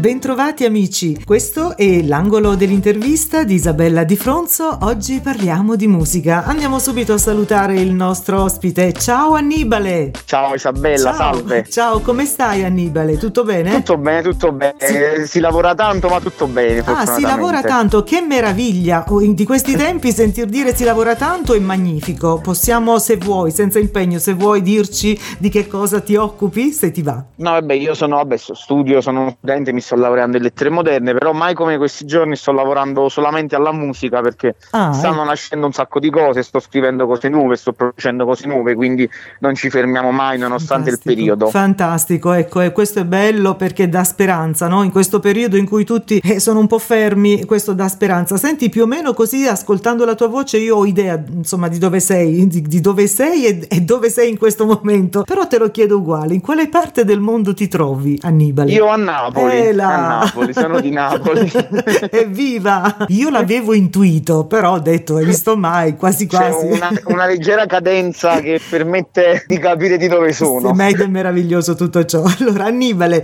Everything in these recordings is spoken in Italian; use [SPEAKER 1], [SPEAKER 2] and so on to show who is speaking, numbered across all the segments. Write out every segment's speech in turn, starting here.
[SPEAKER 1] Bentrovati amici, questo è l'angolo dell'intervista di Isabella Di Fronzo. Oggi parliamo di musica. Andiamo subito a salutare il nostro ospite. Ciao Annibale.
[SPEAKER 2] Ciao Isabella,
[SPEAKER 1] Ciao.
[SPEAKER 2] salve.
[SPEAKER 1] Ciao, come stai Annibale? Tutto bene?
[SPEAKER 2] Tutto bene, tutto bene.
[SPEAKER 1] Sì.
[SPEAKER 2] Si lavora tanto ma tutto bene,
[SPEAKER 1] Ah,
[SPEAKER 2] fortunatamente.
[SPEAKER 1] si lavora tanto, che meraviglia! Di questi tempi sentir dire si lavora tanto è magnifico. Possiamo, se vuoi, senza impegno, se vuoi dirci di che cosa ti occupi, se ti va.
[SPEAKER 2] No, vabbè, io studio, sono uno studente, mi sto laureando in lettere moderne, però mai come questi giorni sto lavorando solamente alla musica perché stanno nascendo un sacco di cose, sto scrivendo cose nuove, sto producendo cose nuove, quindi non ci fermiamo mai nonostante il periodo.
[SPEAKER 1] Fantastico, ecco, e questo è bello perché dà speranza, no? In questo periodo in cui tutti sono un po' fermi, questo dà speranza. Senti, più o meno così, ascoltando la tua voce, io ho idea, insomma, di dove sei, di dove sei e dove sei in questo momento, però te lo chiedo uguale, in quale parte del mondo ti trovi, Annibale?
[SPEAKER 2] Io a Napoli, sono di Napoli.
[SPEAKER 1] Evviva! Io l'avevo intuito, però ho detto, hai visto mai, quasi quasi.
[SPEAKER 2] C'è una leggera cadenza che permette di capire di dove sono.
[SPEAKER 1] Ed è meraviglioso tutto ciò. Allora, Annibale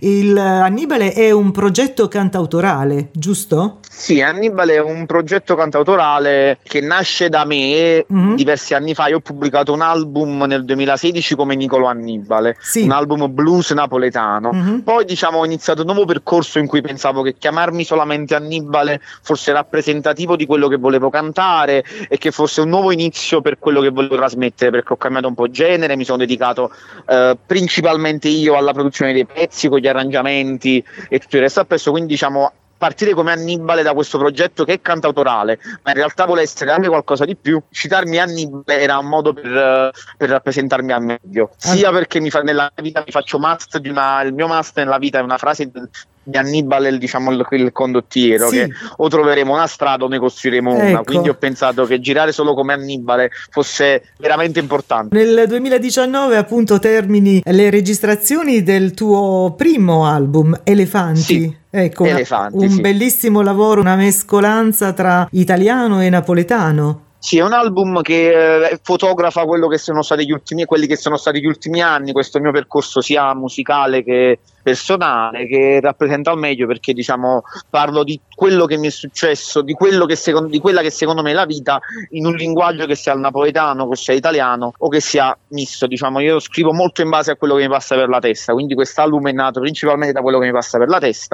[SPEAKER 1] è un progetto cantautorale, giusto?
[SPEAKER 2] Sì, Annibale è un progetto cantautorale che nasce da me diversi anni fa. Io ho pubblicato un album nel 2016 come Niccolò Annibale, un album blues napoletano. Poi ho iniziato un nuovo percorso in cui pensavo che chiamarmi solamente Annibale fosse rappresentativo di quello che volevo cantare e che fosse un nuovo inizio per quello che volevo trasmettere, perché ho cambiato un po' genere, mi sono dedicato principalmente io alla produzione dei pezzi con gli arrangiamenti e tutto il resto appresso, quindi partire come Annibale da questo progetto che è cantautorale, ma in realtà vuole essere anche qualcosa di più. Citarmi Annibale era un modo per rappresentarmi al meglio, sia perché nella vita mi faccio il mio master nella vita è una frase di Annibale, il condottiero, che o troveremo una strada o ne costruiremo una, quindi ho pensato che girare solo come Annibale fosse veramente importante.
[SPEAKER 1] Nel 2019 appunto termini le registrazioni del tuo primo album, Elefanti. Ecco, un bellissimo lavoro, una mescolanza tra italiano e napoletano.
[SPEAKER 2] Sì, è un album che fotografa quelli che sono stati gli ultimi anni, questo mio percorso sia musicale che personale, che rappresenta al meglio perché parlo di quello che mi è successo, di quella che secondo me è la vita, in un linguaggio che sia il napoletano, che sia italiano o che sia misto. Io scrivo molto in base a quello che mi passa per la testa, quindi quest'album è nato principalmente da quello che mi passa per la testa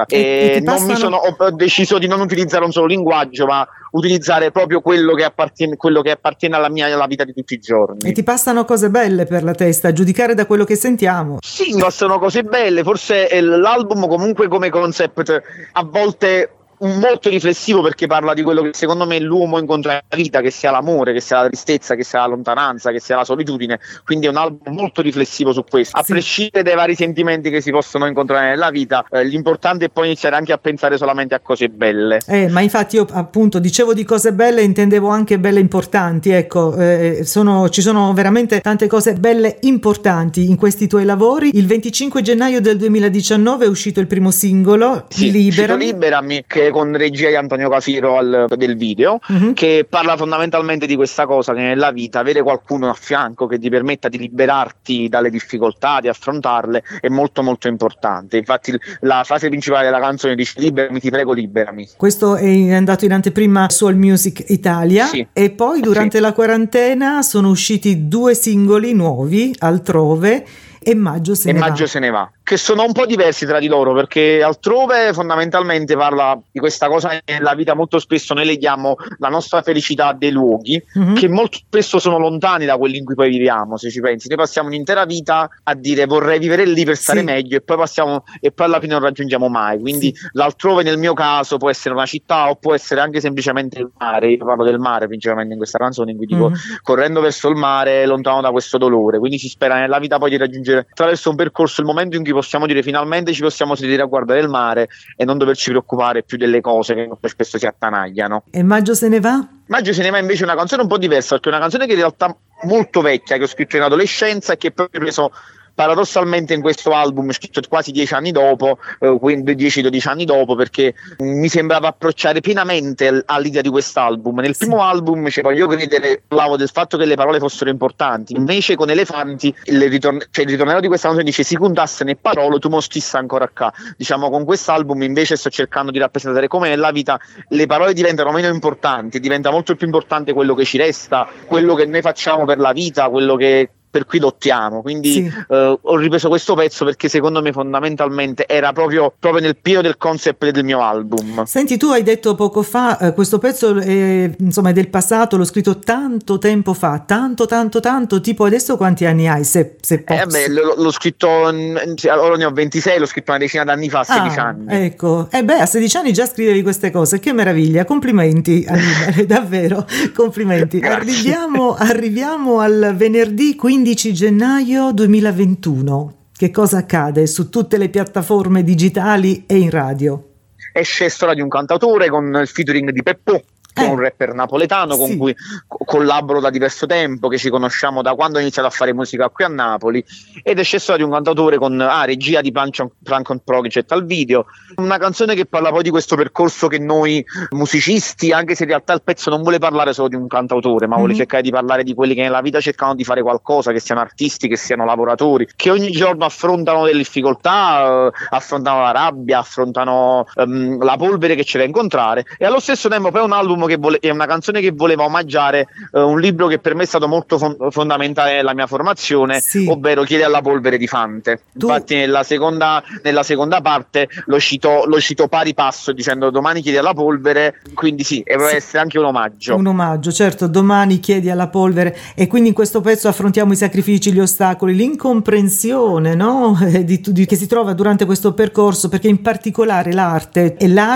[SPEAKER 2] ho deciso di non utilizzare un solo linguaggio, ma utilizzare proprio quello che appartiene alla vita di tutti i giorni.
[SPEAKER 1] E ti passano cose belle per la testa, a giudicare da quello che sentiamo.
[SPEAKER 2] Sì, mi passano cose belle, forse l'album comunque come concept a volte molto riflessivo, perché parla di quello che secondo me l'uomo incontra nella vita, che sia l'amore, che sia la tristezza, che sia la lontananza, che sia la solitudine, quindi è un album molto riflessivo su questo, a prescindere dai vari sentimenti che si possono incontrare nella vita. L'importante è poi iniziare anche a pensare solamente a cose belle.
[SPEAKER 1] Ma infatti io appunto dicevo di cose belle, intendevo anche belle importanti, ecco, ci sono veramente tante cose belle importanti in questi tuoi lavori. Il 25 gennaio del 2019 è uscito il primo singolo,
[SPEAKER 2] Liberami, che con regia di Antonio Cafiro del video, che parla fondamentalmente di questa cosa, che nella vita avere qualcuno a fianco che ti permetta di liberarti dalle difficoltà, di affrontarle, è molto molto importante. Infatti la frase principale della canzone dice: liberami, ti prego, liberami.
[SPEAKER 1] Questo è andato in anteprima su All Music Italia, e poi durante la quarantena sono usciti 2 singoli nuovi, Altrove e Maggio se ne va, che sono un po' diversi tra di loro, perché Altrove fondamentalmente parla di questa cosa che nella vita molto spesso noi leghiamo la nostra felicità a dei luoghi che molto spesso sono lontani da quelli in cui poi viviamo. Se ci pensi, noi passiamo un'intera vita a dire vorrei vivere lì per stare meglio, e poi alla fine non raggiungiamo mai. Quindi l'altrove nel mio caso può essere una città o può essere anche semplicemente il mare. Io parlo del mare principalmente in questa canzone, in cui dico correndo verso il mare, lontano da questo dolore. Quindi si spera nella vita poi di raggiungere attraverso un percorso il momento in cui possiamo dire finalmente ci possiamo sedere a guardare il mare e non doverci preoccupare più delle cose che spesso si attanagliano. E Maggio se ne va?
[SPEAKER 2] Maggio se ne va invece è una canzone un po' diversa, perché è una canzone che in realtà molto vecchia, che ho scritto in adolescenza e che poi ho preso paradossalmente in questo album scritto quasi 10 anni dopo, 10-12 anni dopo, perché mi sembrava approcciare pienamente all'idea di quest'album. Nel primo album, voglio credere, parlavo del fatto che le parole fossero importanti, invece con Elefanti il ritornello di questa canzone dice: si contasse ne parole tu mostissa ancora qua. Diciamo, con quest'album invece sto cercando di rappresentare come nella vita le parole diventano meno importanti, diventa molto più importante quello che ci resta, quello che noi facciamo per la vita, quello che per cui lottiamo. Quindi ho ripreso questo pezzo perché secondo me fondamentalmente era proprio nel pieno del concept del mio album.
[SPEAKER 1] Senti, tu hai detto poco fa questo pezzo insomma è del passato, l'ho scritto tanto tempo fa, tanto, tipo adesso quanti anni hai, se posso?
[SPEAKER 2] L'ho scritto ora ne ho 26, l'ho scritto una decina d'anni fa, 16 anni.
[SPEAKER 1] Ecco, a 16 anni già scrivevi queste cose, che meraviglia, complimenti Annibale, davvero, complimenti. Arriviamo al venerdì 15 gennaio 2021. Che cosa accade su tutte le piattaforme digitali e in radio?
[SPEAKER 2] Esce Storia di un cantautore con il featuring di Peppò, che è un rapper napoletano con cui collaboro da diverso tempo, che ci conosciamo da quando ho iniziato a fare musica qui a Napoli, ed esce Storia di un cantautore con regia di Plankton Project al video, una canzone che parla poi di questo percorso che noi musicisti, anche se in realtà il pezzo non vuole parlare solo di un cantautore, ma vuole cercare di parlare di quelli che nella vita cercano di fare qualcosa, che siano artisti, che siano lavoratori, che ogni giorno affrontano delle difficoltà, affrontano la rabbia, affrontano la polvere che c'è da incontrare, e allo stesso tempo poi è un album è una canzone che voleva omaggiare un libro che per me è stato molto fondamentale nella mia formazione, ovvero Chiedi alla polvere di Fante. Infatti nella seconda parte lo cito pari passo dicendo domani chiedi alla polvere, quindi deve essere anche un omaggio,
[SPEAKER 1] certo, domani chiedi alla polvere. E quindi in questo pezzo affrontiamo i sacrifici, gli ostacoli, l'incomprensione, no? che si trova durante questo percorso, perché in particolare l'arte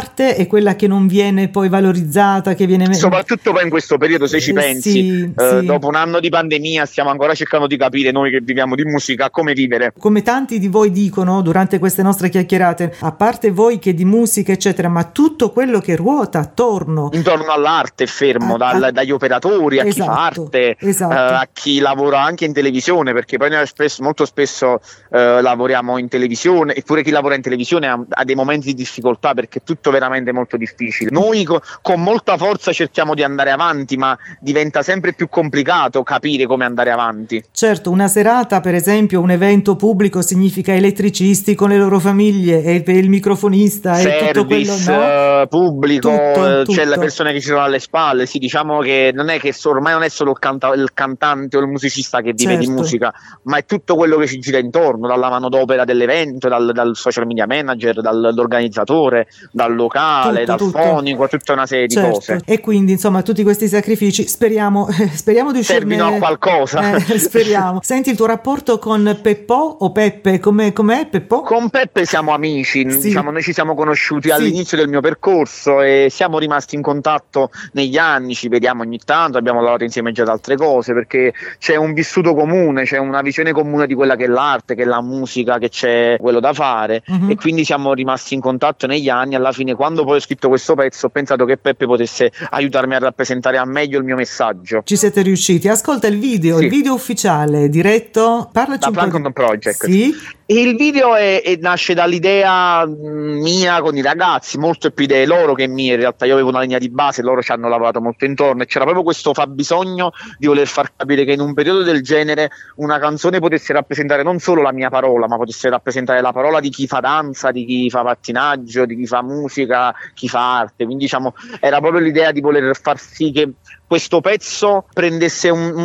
[SPEAKER 1] è quella che non viene poi valorizzata, che viene
[SPEAKER 2] soprattutto poi in questo periodo, se ci pensi, dopo un anno di pandemia stiamo ancora cercando di capire, noi che viviamo di musica, come vivere. Come
[SPEAKER 1] tanti di voi dicono durante queste nostre chiacchierate, a parte voi che di musica eccetera, ma tutto quello che ruota intorno all'arte è fermo, dagli operatori a chi fa arte, a chi lavora anche in televisione, perché poi noi molto spesso lavoriamo in televisione, eppure chi lavora in televisione ha dei momenti di difficoltà, perché è tutto veramente molto difficile. Noi con molta forza cerchiamo di andare avanti, ma diventa sempre più complicato capire come andare avanti. Certo, una serata, per esempio, un evento pubblico significa elettricisti con le loro famiglie e il microfonista
[SPEAKER 2] service,
[SPEAKER 1] e tutto quello, no?
[SPEAKER 2] Pubblico, c'è le persone che ci sono alle spalle. Diciamo che non è che ormai non è solo il cantante o il musicista che vive di musica, ma è tutto quello che ci gira intorno, dalla manodopera dell'evento, dal social media manager, dall'organizzatore, dal locale, dal fonico, tutta una serie di cose.
[SPEAKER 1] E quindi insomma tutti questi sacrifici speriamo di uscirne,
[SPEAKER 2] servino a qualcosa.
[SPEAKER 1] Speriamo. Senti, il tuo rapporto con Peppò o Peppe, com'è Peppò?
[SPEAKER 2] Con Peppe siamo amici, diciamo, noi ci siamo conosciuti all'inizio del mio percorso e siamo rimasti in contatto negli anni, ci vediamo ogni tanto, abbiamo lavorato insieme già ad altre cose, perché c'è un vissuto comune, c'è una visione comune di quella che è l'arte, che è la musica, che c'è quello da fare, e quindi siamo rimasti in contatto negli anni. Alla fine, quando poi ho scritto questo pezzo, ho pensato che Peppe potesse aiutarmi a rappresentare al meglio il mio messaggio.
[SPEAKER 1] Ci siete riusciti? Ascolta il video ufficiale diretto, parlaci
[SPEAKER 2] da Plankton Project.
[SPEAKER 1] Il
[SPEAKER 2] video nasce dall'idea mia con i ragazzi, molto più idee loro che mie. In realtà io avevo una linea di base, loro ci hanno lavorato molto intorno, e c'era proprio questo fabbisogno di voler far capire che in un periodo del genere una canzone potesse rappresentare non solo la mia parola, ma potesse rappresentare la parola di chi fa danza, di chi fa pattinaggio, di chi fa musica, chi fa arte. Quindi diciamo era proprio l'idea di voler far sì che questo pezzo prendesse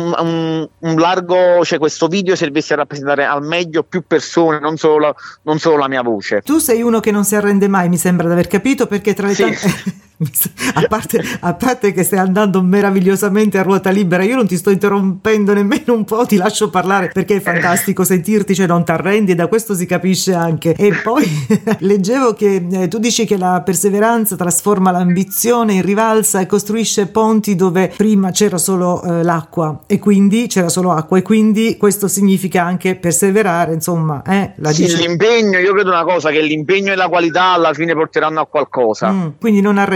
[SPEAKER 2] un largo, cioè questo video servisse a rappresentare al meglio più persone, non solo la mia voce.
[SPEAKER 1] Tu sei uno che non si arrende mai, mi sembra di aver capito, perché tra le tante... a parte che stai andando meravigliosamente a ruota libera, io non ti sto interrompendo nemmeno un po', ti lascio parlare perché è fantastico sentirti, cioè non ti arrendi, e da questo si capisce anche. E poi leggevo che tu dici che la perseveranza trasforma l'ambizione in rivalsa e costruisce ponti dove prima c'era solo l'acqua, e quindi c'era solo acqua, e quindi questo significa anche perseverare, insomma,
[SPEAKER 2] l'impegno. Io credo una cosa, che l'impegno e la qualità alla fine porteranno a qualcosa.
[SPEAKER 1] Quindi non arrendersi.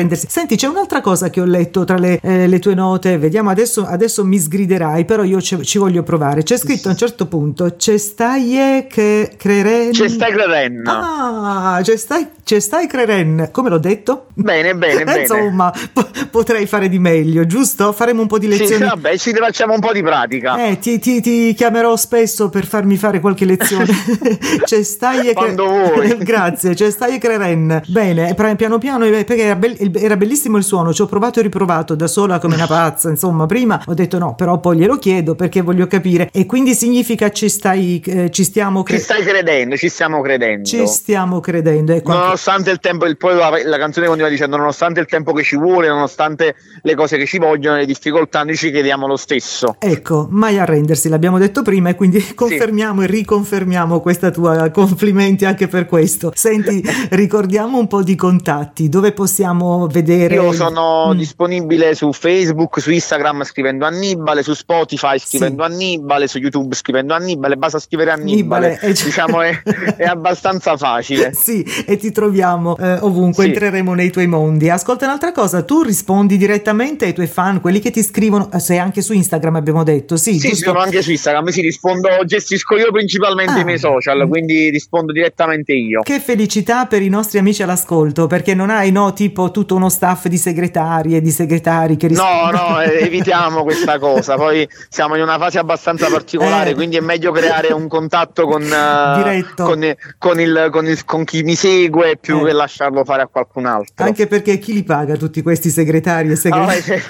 [SPEAKER 1] arrendersi. Senti, c'è un'altra cosa che ho letto tra le tue note, vediamo, adesso mi sgriderai, però io ci voglio provare. C'è scritto a un certo punto c'è stai creren. Ah, c'è stai creren. Come l'ho detto?
[SPEAKER 2] Bene.
[SPEAKER 1] Insomma, potrei fare di meglio, giusto? Faremo un po' di lezioni.
[SPEAKER 2] Sì, vabbè, ci facciamo un po' di pratica.
[SPEAKER 1] Ti chiamerò spesso per farmi fare qualche lezione. C'è stai
[SPEAKER 2] quando vuoi.
[SPEAKER 1] Grazie, c'è stai creren. Bene, piano piano, perché era bellissimo il suono, ci ho provato e riprovato da sola come una pazza, insomma. Prima ho detto no, però poi glielo chiedo perché voglio capire. E quindi significa ci stiamo credendo.
[SPEAKER 2] Nonostante il tempo, poi la canzone continua dicendo nonostante il tempo che ci vuole, nonostante le cose che ci vogliono, le difficoltà, noi ci chiediamo lo stesso.
[SPEAKER 1] Ecco, mai arrendersi, l'abbiamo detto prima, e quindi confermiamo e riconfermiamo questa tua complimenti anche per questo. Senti, ricordiamo un po' di contatti, dove possiamo vedere?
[SPEAKER 2] Io sono disponibile su Facebook, su Instagram scrivendo Annibale, su Spotify scrivendo Annibale, su YouTube scrivendo Annibale, basta scrivere Annibale. Diciamo è abbastanza facile.
[SPEAKER 1] Sì, e ti troviamo ovunque, entreremo nei tuoi mondi. Ascolta un'altra cosa, tu rispondi direttamente ai tuoi fan, quelli che ti scrivono, sei anche su Instagram abbiamo detto, sì,
[SPEAKER 2] sono anche su Instagram, gestisco io principalmente i miei social, quindi rispondo direttamente io.
[SPEAKER 1] Che felicità per i nostri amici all'ascolto, perché non hai tipo tutto uno staff di segretarie e di segretari che rispondono.
[SPEAKER 2] No, evitiamo questa cosa, poi siamo in una fase abbastanza particolare, quindi è meglio creare un contatto
[SPEAKER 1] diretto
[SPEAKER 2] con chi mi segue più che lasciarlo fare a qualcun altro.
[SPEAKER 1] Anche perché chi li paga tutti questi segretari e segretari?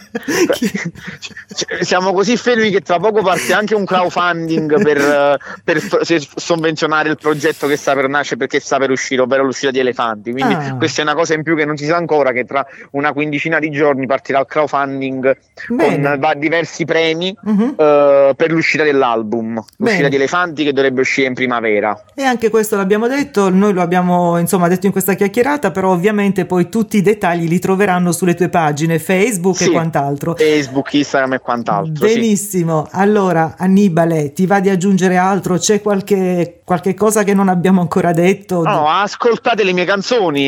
[SPEAKER 2] Siamo così fermi che tra poco parte anche un crowdfunding per sovvenzionare il progetto che sta per nascere, perché sta per uscire, ovvero l'uscita di Elefanti, quindi questa è una cosa in più che non si sa ancora, che tra una quindicina di giorni partirà il crowdfunding con diversi premi per l'uscita dell'album, l'uscita di Elefanti, che dovrebbe uscire in primavera.
[SPEAKER 1] E anche questo l'abbiamo detto, noi lo abbiamo detto in questa chiacchierata, però ovviamente poi tutti i dettagli li troveranno sulle tue pagine Facebook e quant'altro.
[SPEAKER 2] Facebook, Instagram e quant'altro.
[SPEAKER 1] Benissimo, allora Annibale, ti va di aggiungere altro? C'è qualche cosa che non abbiamo ancora detto?
[SPEAKER 2] No, ascoltate le mie canzoni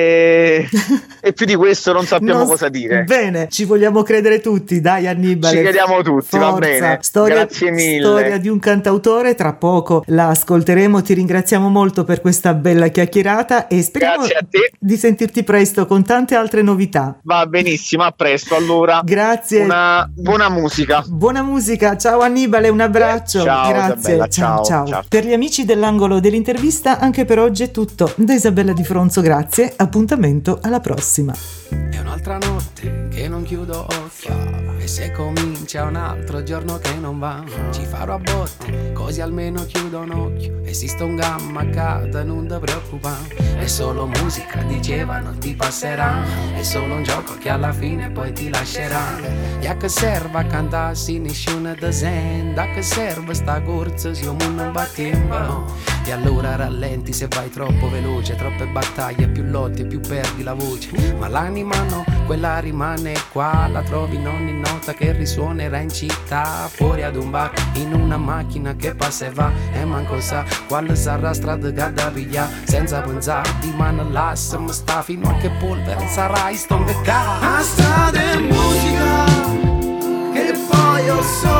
[SPEAKER 2] e più di questo non sappiamo cosa dire.
[SPEAKER 1] Bene, ci vogliamo credere tutti, dai Annibale.
[SPEAKER 2] Ci crediamo tutti, forza. Va bene. Grazie mille.
[SPEAKER 1] Storia di un cantautore, tra poco la ascolteremo, ti ringraziamo molto per questa bella chiacchierata e speriamo di sentirti presto con tante altre novità.
[SPEAKER 2] Va benissimo, a presto allora.
[SPEAKER 1] Grazie.
[SPEAKER 2] Buona musica.
[SPEAKER 1] Buona musica, ciao Annibale, un abbraccio.
[SPEAKER 2] Ciao,
[SPEAKER 1] grazie.
[SPEAKER 2] Isabella,
[SPEAKER 1] ciao. Per gli amici dell'angolo dell'intervista anche per oggi è tutto. Da Isabella Di Fronzo, grazie, appuntamento alla prossima.
[SPEAKER 3] È un'altra notte che non chiudo occhio, e se comincia un altro giorno che non va, ci farò a botte, così almeno chiudo un occhio. Esiste un gamma cada, non ti preoccupare, è solo musica, dicevano, ti passerà, è solo un gioco che alla fine poi ti lascerà. E che serve a cantarsi nessuno ti sente, a che serve sta corsa se un non va tempo. E allora rallenti se vai troppo veloce, troppe battaglie, più lotti e più perdi la voce. Ma l'anima no, quella rimane qua, la trovi in ogni nota che risuonerà in città. Fuori ad un bar, in una macchina che passa e va, e manco sa quale sarà strada che da piglia. Senza pensare di mano l'assa, ma sta fino a che polvere sarai sto mercato.
[SPEAKER 4] A strada e musica, che poi io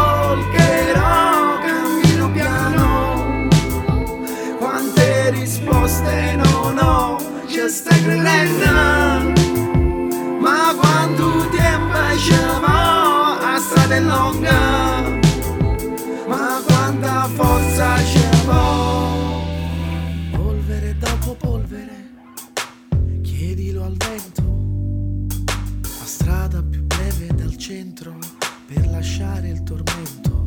[SPEAKER 4] solcherò, cammino piano. Quante risposte non ho, ci stai credendo. Ma quanto tempo ci va, a strada è lunga, ma quanta forza ci va. Polvere dopo polvere, chiedilo al vento, la strada più breve dal centro per lasciare il tormento.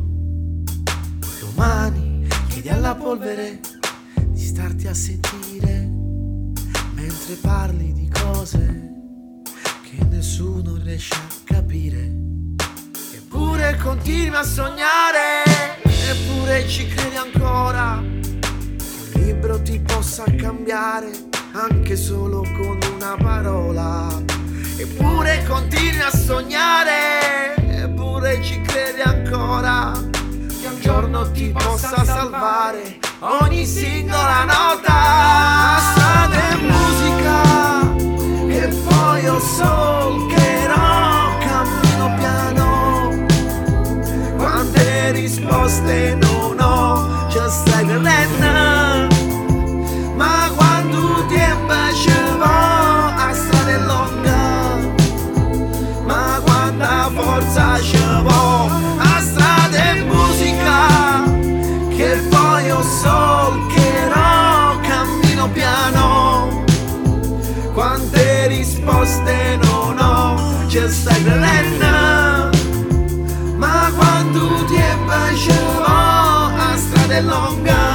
[SPEAKER 4] Domani chiedi alla polvere di starti a sentire mentre parli di cose che nessuno riesce a capire. Eppure continui a sognare, eppure ci credi ancora che un libro ti possa cambiare anche solo con una parola. Eppure continui a sognare, eppure ci credi ancora che un giorno ti possa salvare ogni singola nota. Strada e musica, e poi io so risposte non ho, ci stai credendo, ma quando ti baciavo a strada è lunga